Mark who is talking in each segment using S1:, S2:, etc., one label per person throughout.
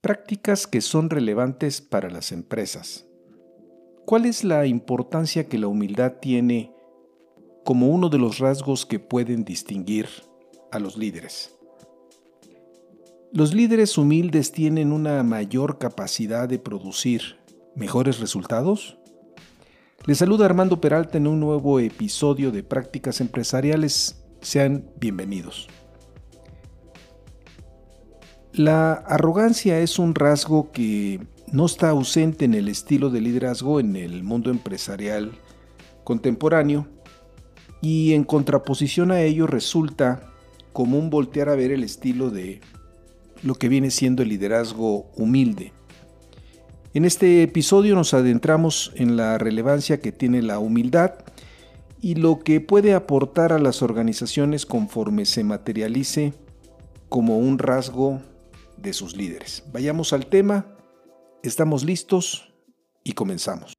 S1: Prácticas que son relevantes para las empresas. ¿Cuál es la importancia que la humildad tiene como uno de los rasgos que pueden distinguir a los líderes? Los líderes humildes tienen una mayor capacidad de producir mejores resultados. Les saluda Armando Peralta en un nuevo episodio de Prácticas Empresariales. Sean bienvenidos. La arrogancia es un rasgo que no está ausente en el estilo de liderazgo en el mundo empresarial contemporáneo, y en contraposición a ello resulta común voltear a ver el estilo de lo que viene siendo el liderazgo humilde. En este episodio nos adentramos en la relevancia que tiene la humildad y lo que puede aportar a las organizaciones conforme se materialice como un rasgo de sus líderes. Vayamos al tema, estamos listos y comenzamos.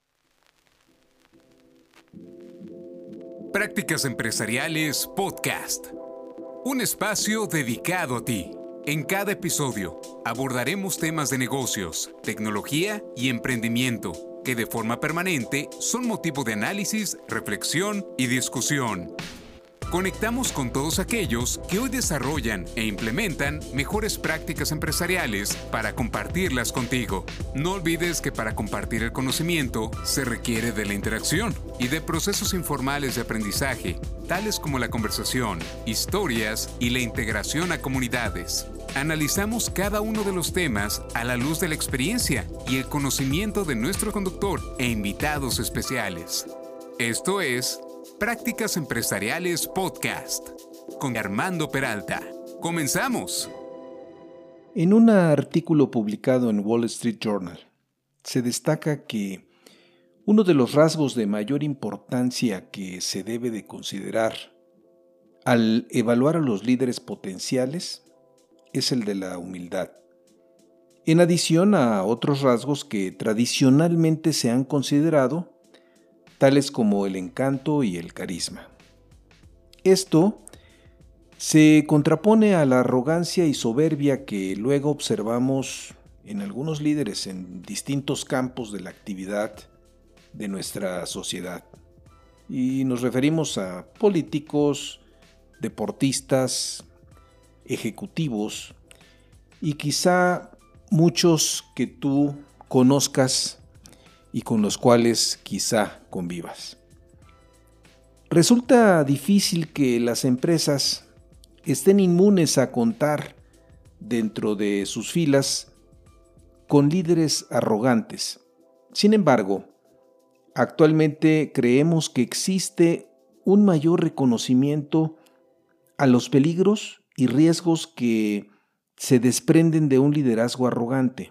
S2: Prácticas Empresariales Podcast. Un espacio dedicado a ti. En cada episodio abordaremos temas de negocios, tecnología y emprendimiento que de forma permanente son motivo de análisis, reflexión y discusión. Conectamos con todos aquellos que hoy desarrollan e implementan mejores prácticas empresariales para compartirlas contigo. No olvides que para compartir el conocimiento se requiere de la interacción y de procesos informales de aprendizaje, tales como la conversación, historias y la integración a comunidades. Analizamos cada uno de los temas a la luz de la experiencia y el conocimiento de nuestro conductor e invitados especiales. Esto es Prácticas Empresariales Podcast con Armando Peralta. ¡Comenzamos!
S1: En un artículo publicado en Wall Street Journal, se destaca que uno de los rasgos de mayor importancia que se debe de considerar al evaluar a los líderes potenciales es el de la humildad, en adición a otros rasgos que tradicionalmente se han considerado, tales como el encanto y el carisma. Esto se contrapone a la arrogancia y soberbia que luego observamos en algunos líderes en distintos campos de la actividad de nuestra sociedad. Y nos referimos a políticos, deportistas, ejecutivos y quizá muchos que tú conozcas y con los cuales quizá convivas. Resulta difícil que las empresas estén inmunes a contar dentro de sus filas con líderes arrogantes. Sin embargo, actualmente creemos que existe un mayor reconocimiento a los peligros y riesgos que se desprenden de un liderazgo arrogante,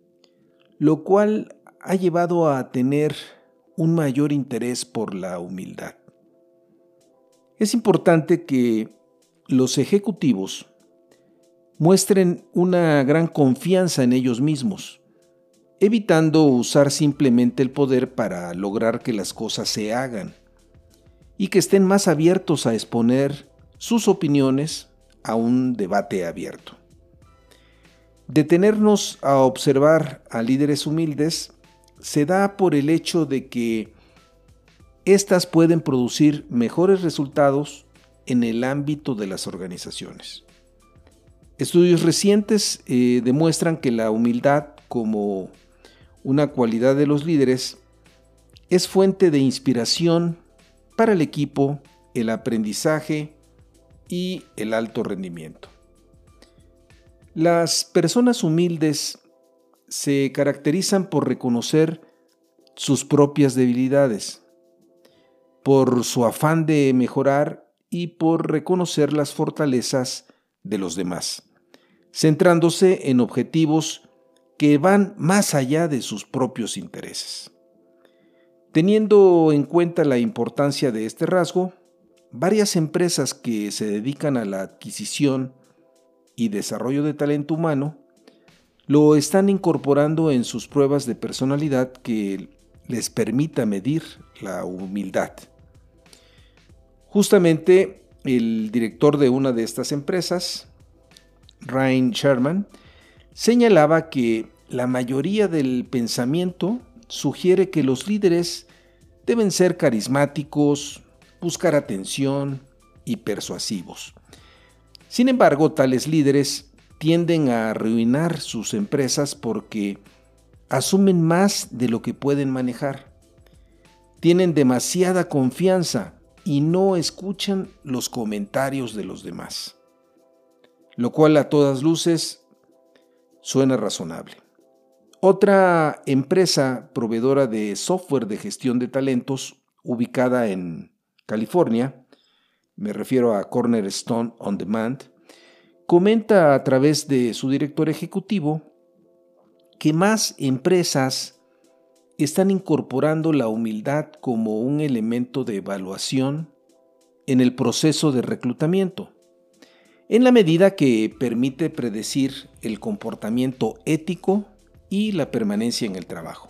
S1: lo cual ha llevado a tener un mayor interés por la humildad. Es importante que los ejecutivos muestren una gran confianza en ellos mismos, evitando usar simplemente el poder para lograr que las cosas se hagan, y que estén más abiertos a exponer sus opiniones a un debate abierto. Detenernos a observar a líderes humildes se da por el hecho de que éstas pueden producir mejores resultados en el ámbito de las organizaciones. Estudios recientes demuestran que la humildad como una cualidad de los líderes es fuente de inspiración para el equipo, el aprendizaje y el alto rendimiento. Las personas humildes se caracterizan por reconocer sus propias debilidades, por su afán de mejorar y por reconocer las fortalezas de los demás, centrándose en objetivos que van más allá de sus propios intereses. Teniendo en cuenta la importancia de este rasgo, varias empresas que se dedican a la adquisición y desarrollo de talento humano lo están incorporando en sus pruebas de personalidad que les permita medir la humildad. Justamente el director de una de estas empresas, Ryan Sherman, señalaba que la mayoría del pensamiento sugiere que los líderes deben ser carismáticos, buscar atención y persuasivos. Sin embargo, tales líderes tienden a arruinar sus empresas porque asumen más de lo que pueden manejar. Tienen demasiada confianza y no escuchan los comentarios de los demás, lo cual a todas luces suena razonable. Otra empresa proveedora de software de gestión de talentos ubicada en California, me refiero a Cornerstone On Demand, comenta a través de su director ejecutivo que más empresas están incorporando la humildad como un elemento de evaluación en el proceso de reclutamiento, en la medida que permite predecir el comportamiento ético y la permanencia en el trabajo.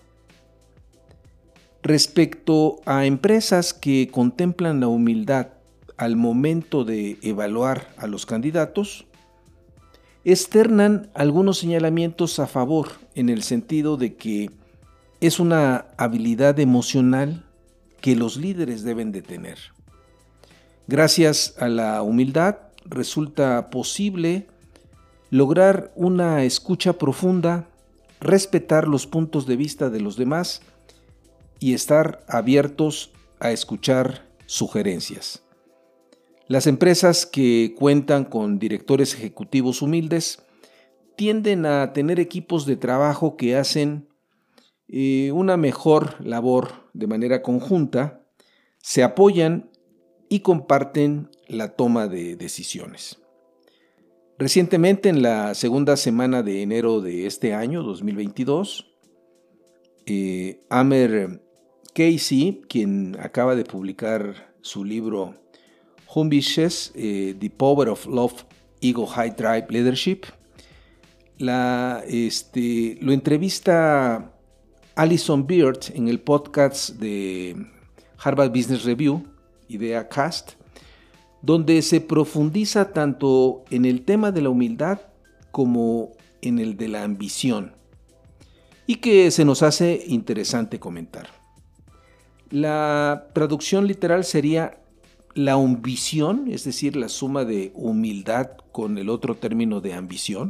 S1: Respecto a empresas que contemplan la humildad al momento de evaluar a los candidatos, externan algunos señalamientos a favor en el sentido de que es una habilidad emocional que los líderes deben de tener. Gracias a la humildad resulta posible lograr una escucha profunda, respetar los puntos de vista de los demás y estar abiertos a escuchar sugerencias. Las empresas que cuentan con directores ejecutivos humildes tienden a tener equipos de trabajo que hacen una mejor labor de manera conjunta, se apoyan y comparten la toma de decisiones. Recientemente, en la segunda semana de enero de este año, 2022, Amer Casey, quien acaba de publicar su libro Unleashes, The Power of Love, Ego High Drive Leadership, lo entrevista Alison Beard en el podcast de Harvard Business Review, IdeaCast, donde se profundiza tanto en el tema de la humildad como en el de la ambición, y que se nos hace interesante comentar. La traducción literal sería la ambición, es decir, la suma de humildad con el otro término de ambición,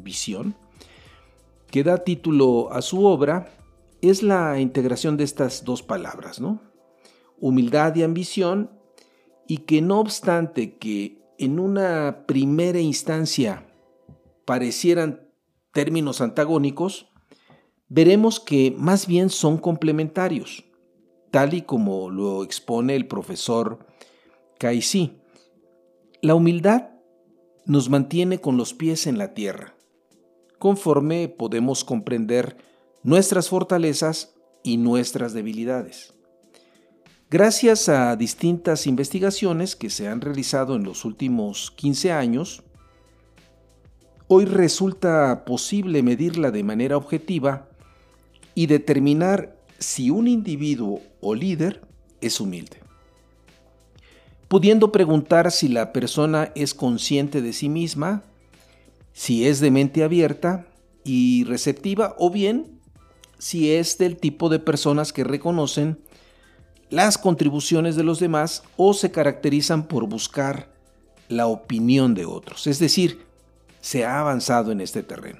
S1: que da título a su obra, es la integración de estas dos palabras, ¿no? Humildad y ambición, y que no obstante que en una primera instancia parecieran términos antagónicos, veremos que más bien son complementarios, tal y como lo expone el profesor Casey. La humildad nos mantiene con los pies en la tierra, conforme podemos comprender nuestras fortalezas y nuestras debilidades. Gracias a distintas investigaciones que se han realizado en los últimos 15 años, hoy resulta posible medirla de manera objetiva y determinar si un individuo o líder es humilde, pudiendo preguntar si la persona es consciente de sí misma, si es de mente abierta y receptiva, o bien si es del tipo de personas que reconocen las contribuciones de los demás o se caracterizan por buscar la opinión de otros. Es decir, se ha avanzado en este terreno.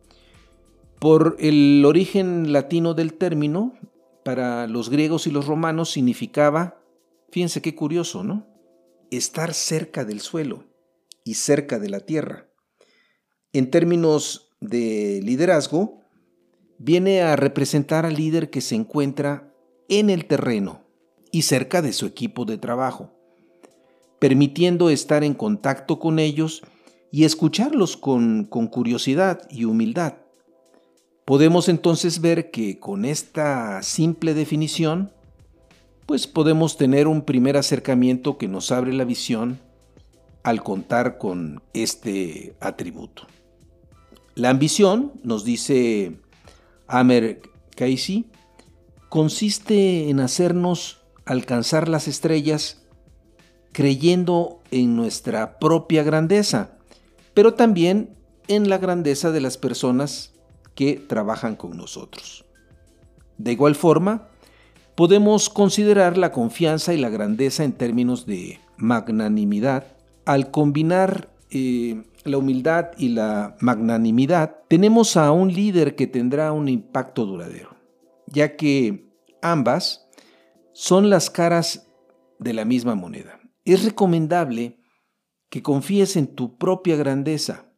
S1: Por el origen latino del término, para los griegos y los romanos significaba, fíjense qué curioso, ¿no? Estar cerca del suelo y cerca de la tierra. En términos de liderazgo, viene a representar al líder que se encuentra en el terreno y cerca de su equipo de trabajo, permitiendo estar en contacto con ellos y escucharlos con curiosidad y humildad. Podemos entonces ver que con esta simple definición, pues podemos tener un primer acercamiento que nos abre la visión al contar con este atributo. La ambición, nos dice Amer Casey, consiste en hacernos alcanzar las estrellas creyendo en nuestra propia grandeza, pero también en la grandeza de las personas que trabajan con nosotros. De igual forma, podemos considerar la confianza y la grandeza en términos de magnanimidad. Al combinar la humildad y la magnanimidad, tenemos a un líder que tendrá un impacto duradero, ya que ambas son las caras de la misma moneda. Es recomendable que confíes en tu propia grandeza,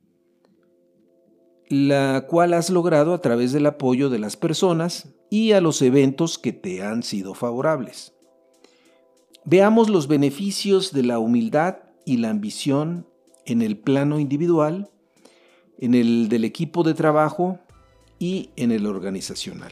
S1: la cual has logrado a través del apoyo de las personas y a los eventos que te han sido favorables. Veamos los beneficios de la humildad y la ambición en el plano individual, en el del equipo de trabajo y en el organizacional.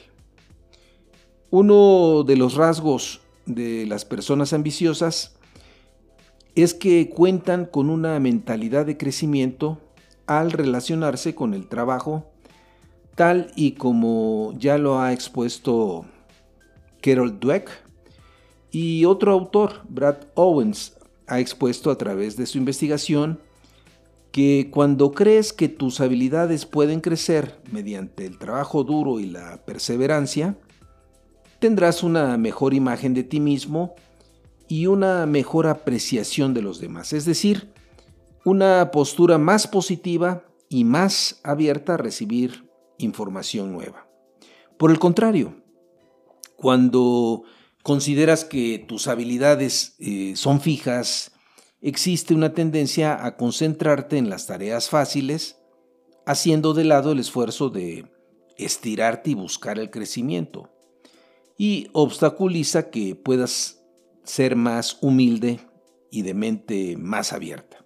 S1: Uno de los rasgos de las personas ambiciosas es que cuentan con una mentalidad de crecimiento al relacionarse con el trabajo, tal y como ya lo ha expuesto Carol Dweck y otro autor, Brad Owens, ha expuesto a través de su investigación que cuando crees que tus habilidades pueden crecer mediante el trabajo duro y la perseverancia, tendrás una mejor imagen de ti mismo y una mejor apreciación de los demás, es decir, una postura más positiva y más abierta a recibir información nueva. Por el contrario, cuando consideras que tus habilidades son fijas, existe una tendencia a concentrarte en las tareas fáciles, haciendo de lado el esfuerzo de estirarte y buscar el crecimiento, y obstaculiza que puedas ser más humilde y de mente más abierta.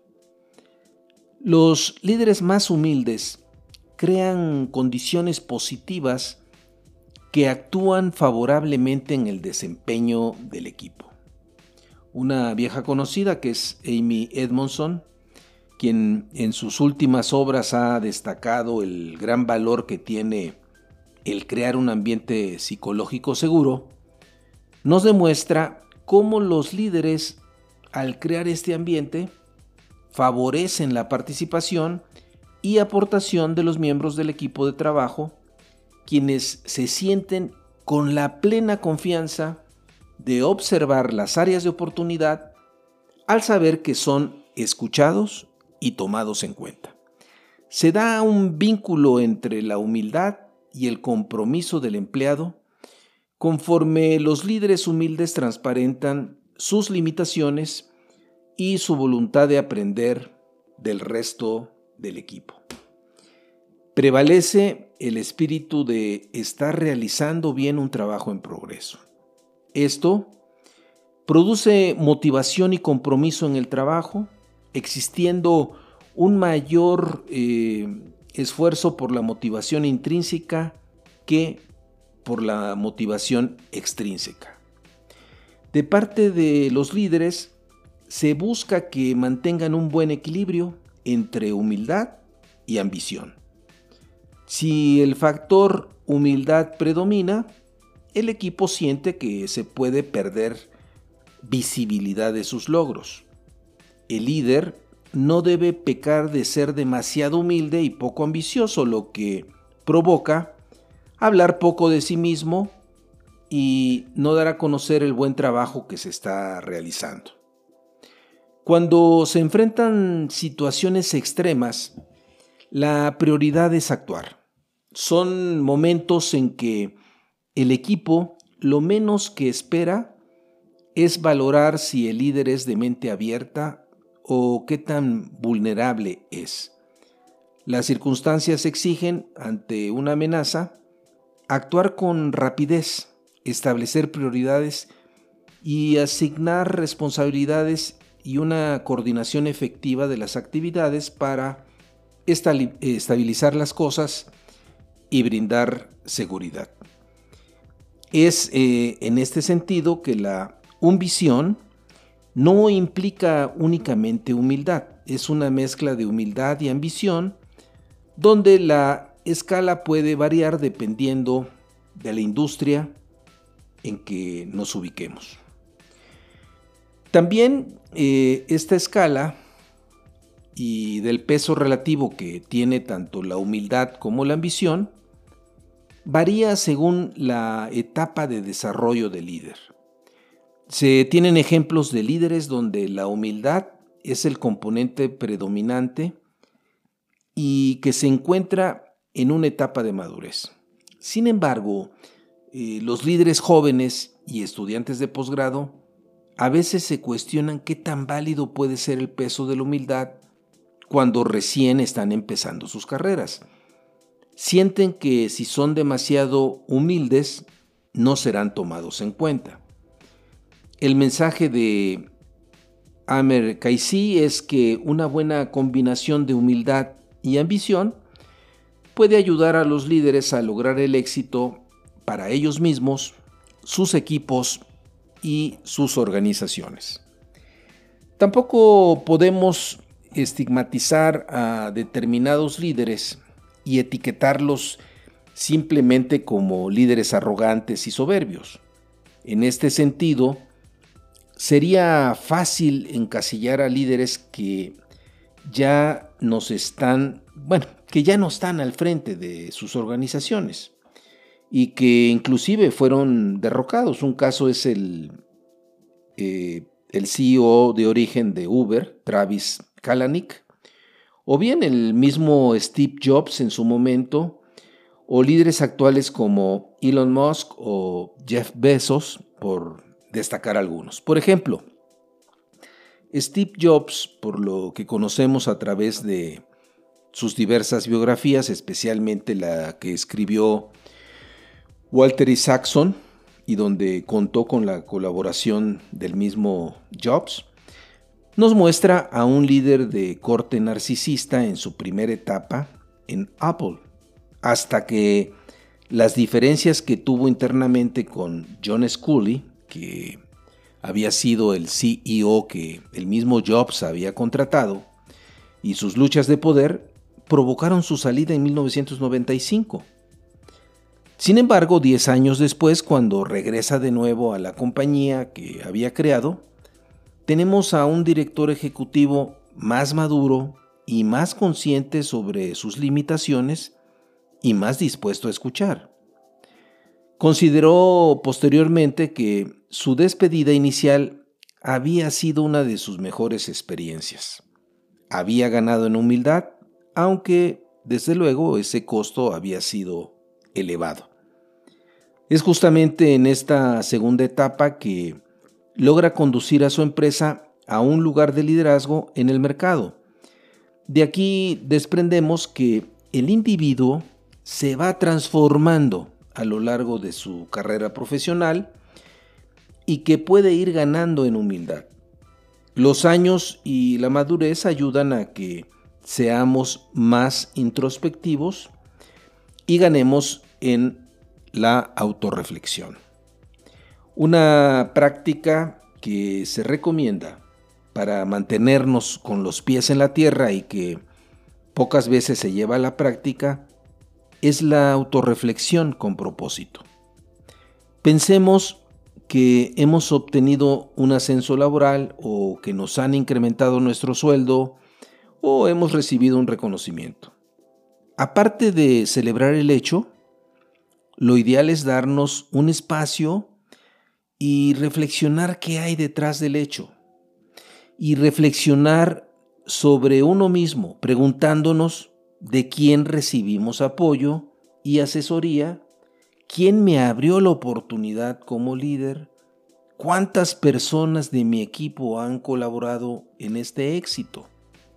S1: Los líderes más humildes crean condiciones positivas que actúan favorablemente en el desempeño del equipo. Una vieja conocida que es Amy Edmondson, quien en sus últimas obras ha destacado el gran valor que tiene el crear un ambiente psicológico seguro, nos demuestra cómo los líderes, al crear este ambiente, favorecen la participación y aportación de los miembros del equipo de trabajo, quienes se sienten con la plena confianza de observar las áreas de oportunidad al saber que son escuchados y tomados en cuenta. Se da un vínculo entre la humildad y el compromiso del empleado conforme los líderes humildes transparentan sus limitaciones y su voluntad de aprender del resto del equipo. Prevalece el espíritu de estar realizando bien un trabajo en progreso. Esto produce motivación y compromiso en el trabajo, existiendo un mayor esfuerzo por la motivación intrínseca que por la motivación extrínseca. De parte de los líderes, se busca que mantengan un buen equilibrio entre humildad y ambición. Si el factor humildad predomina, el equipo siente que se puede perder visibilidad de sus logros. El líder no debe pecar de ser demasiado humilde y poco ambicioso, lo que provoca hablar poco de sí mismo y no dar a conocer el buen trabajo que se está realizando. Cuando se enfrentan situaciones extremas, la prioridad es actuar. Son momentos en que el equipo lo menos que espera es valorar si el líder es de mente abierta o qué tan vulnerable es. Las circunstancias exigen, ante una amenaza, actuar con rapidez, establecer prioridades y asignar responsabilidades y una coordinación efectiva de las actividades para estabilizar las cosas y brindar seguridad. Es en este sentido que la ambición no implica únicamente humildad, es una mezcla de humildad y ambición, donde la escala puede variar dependiendo de la industria en que nos ubiquemos. También esta escala y del peso relativo que tiene tanto la humildad como la ambición varía según la etapa de desarrollo del líder. Se tienen ejemplos de líderes donde la humildad es el componente predominante y que se encuentra en una etapa de madurez. Sin embargo, los líderes jóvenes y estudiantes de posgrado a veces se cuestionan qué tan válido puede ser el peso de la humildad cuando recién están empezando sus carreras. Sienten que si son demasiado humildes, no serán tomados en cuenta. El mensaje de Amer Kaisi es que una buena combinación de humildad y ambición puede ayudar a los líderes a lograr el éxito para ellos mismos, sus equipos y sus organizaciones. Tampoco podemos estigmatizar a determinados líderes y etiquetarlos simplemente como líderes arrogantes y soberbios. En este sentido, sería fácil encasillar a líderes que ya no están al frente de sus organizaciones y que inclusive fueron derrocados. Un caso es el CEO de origen de Uber, Travis Kalanick, o bien el mismo Steve Jobs en su momento, o líderes actuales como Elon Musk o Jeff Bezos, por destacar algunos. Por ejemplo, Steve Jobs, por lo que conocemos a través de sus diversas biografías, especialmente la que escribió Walter Isaacson y donde contó con la colaboración del mismo Jobs, nos muestra a un líder de corte narcisista en su primera etapa en Apple, hasta que las diferencias que tuvo internamente con John Sculley, que había sido el CEO que el mismo Jobs había contratado, y sus luchas de poder provocaron su salida en 1995. Sin embargo, 10 años después, cuando regresa de nuevo a la compañía que había creado, tenemos a un director ejecutivo más maduro y más consciente sobre sus limitaciones y más dispuesto a escuchar. Consideró posteriormente que su despedida inicial había sido una de sus mejores experiencias. Había ganado en humildad, aunque desde luego ese costo había sido elevado. Es justamente en esta segunda etapa que logra conducir a su empresa a un lugar de liderazgo en el mercado. De aquí desprendemos que el individuo se va transformando a lo largo de su carrera profesional y que puede ir ganando en humildad. Los años y la madurez ayudan a que seamos más introspectivos y ganemos en la autorreflexión. Una práctica que se recomienda para mantenernos con los pies en la tierra y que pocas veces se lleva a la práctica es la autorreflexión con propósito. Pensemos que hemos obtenido un ascenso laboral o que nos han incrementado nuestro sueldo o hemos recibido un reconocimiento. Aparte de celebrar el hecho, lo ideal es darnos un espacio y reflexionar qué hay detrás del hecho. Y reflexionar sobre uno mismo, preguntándonos de quién recibimos apoyo y asesoría, quién me abrió la oportunidad como líder, cuántas personas de mi equipo han colaborado en este éxito.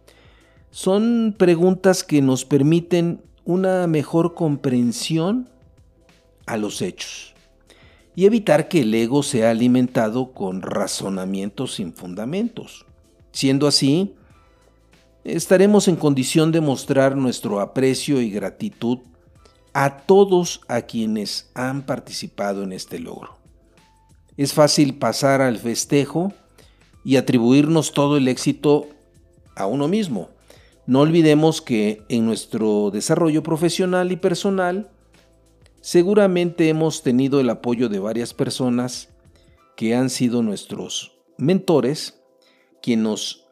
S1: Son preguntas que nos permiten una mejor comprensión a los hechos y evitar que el ego sea alimentado con razonamientos sin fundamentos. Siendo así, estaremos en condición de mostrar nuestro aprecio y gratitud a todos a quienes han participado en este logro. Es fácil pasar al festejo y atribuirnos todo el éxito a uno mismo. No olvidemos que en nuestro desarrollo profesional y personal, seguramente hemos tenido el apoyo de varias personas que han sido nuestros mentores, quienes nos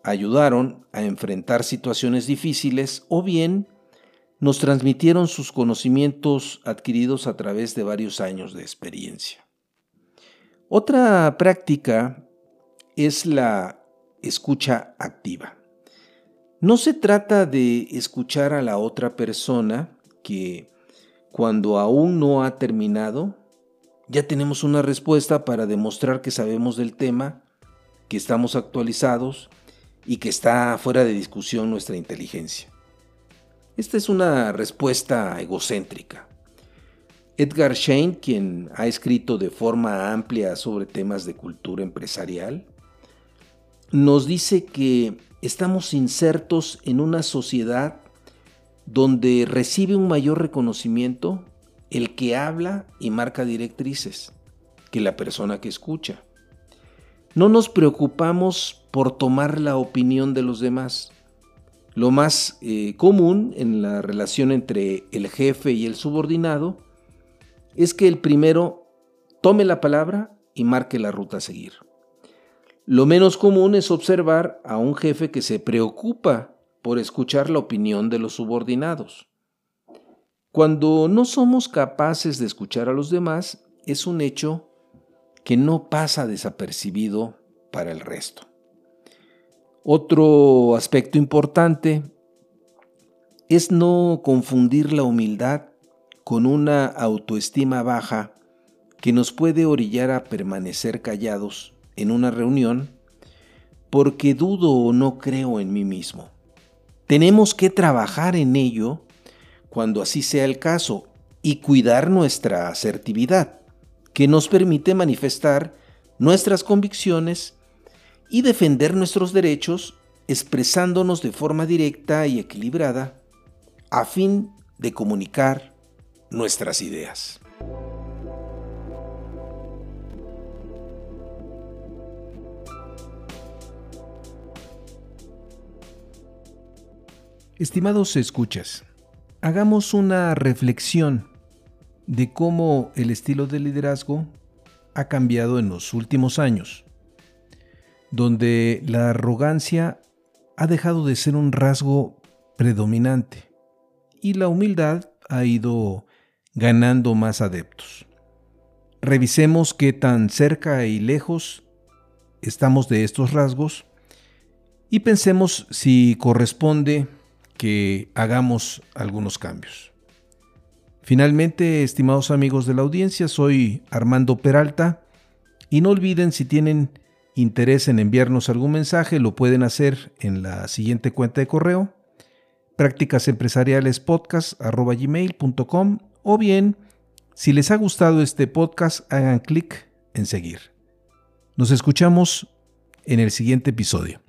S1: ayudaron a enfrentar situaciones difíciles o bien nos transmitieron sus conocimientos adquiridos a través de varios años de experiencia. Otra práctica es la escucha activa. No se trata de escuchar a la otra persona que, cuando aún no ha terminado, ya tenemos una respuesta para demostrar que sabemos del tema, que estamos actualizados y que está fuera de discusión nuestra inteligencia. Esta es una respuesta egocéntrica. Edgar Schein, quien ha escrito de forma amplia sobre temas de cultura empresarial, nos dice que estamos insertos en una sociedad donde recibe un mayor reconocimiento el que habla y marca directrices que la persona que escucha. No nos preocupamos por tomar la opinión de los demás. Lo más común en la relación entre el jefe y el subordinado es que el primero tome la palabra y marque la ruta a seguir. Lo menos común es observar a un jefe que se preocupa por escuchar la opinión de los subordinados. Cuando no somos capaces de escuchar a los demás, es un hecho que no pasa desapercibido para el resto. Otro aspecto importante es no confundir la humildad con una autoestima baja que nos puede orillar a permanecer callados en una reunión porque dudo o no creo en mí mismo. Tenemos que trabajar en ello cuando así sea el caso y cuidar nuestra asertividad, que nos permite manifestar nuestras convicciones y defender nuestros derechos expresándonos de forma directa y equilibrada a fin de comunicar nuestras ideas. Estimados escuchas, hagamos una reflexión de cómo el estilo de liderazgo ha cambiado en los últimos años, donde la arrogancia ha dejado de ser un rasgo predominante y la humildad ha ido ganando más adeptos. Revisemos qué tan cerca y lejos estamos de estos rasgos y pensemos si corresponde que hagamos algunos cambios. Finalmente, estimados amigos de la audiencia, soy Armando Peralta y no olviden, si tienen interés en enviarnos algún mensaje, lo pueden hacer en la siguiente cuenta de correo: practicasempresarialespodcast@gmail.com, o bien, si les ha gustado este podcast, hagan clic en seguir. Nos escuchamos en el siguiente episodio.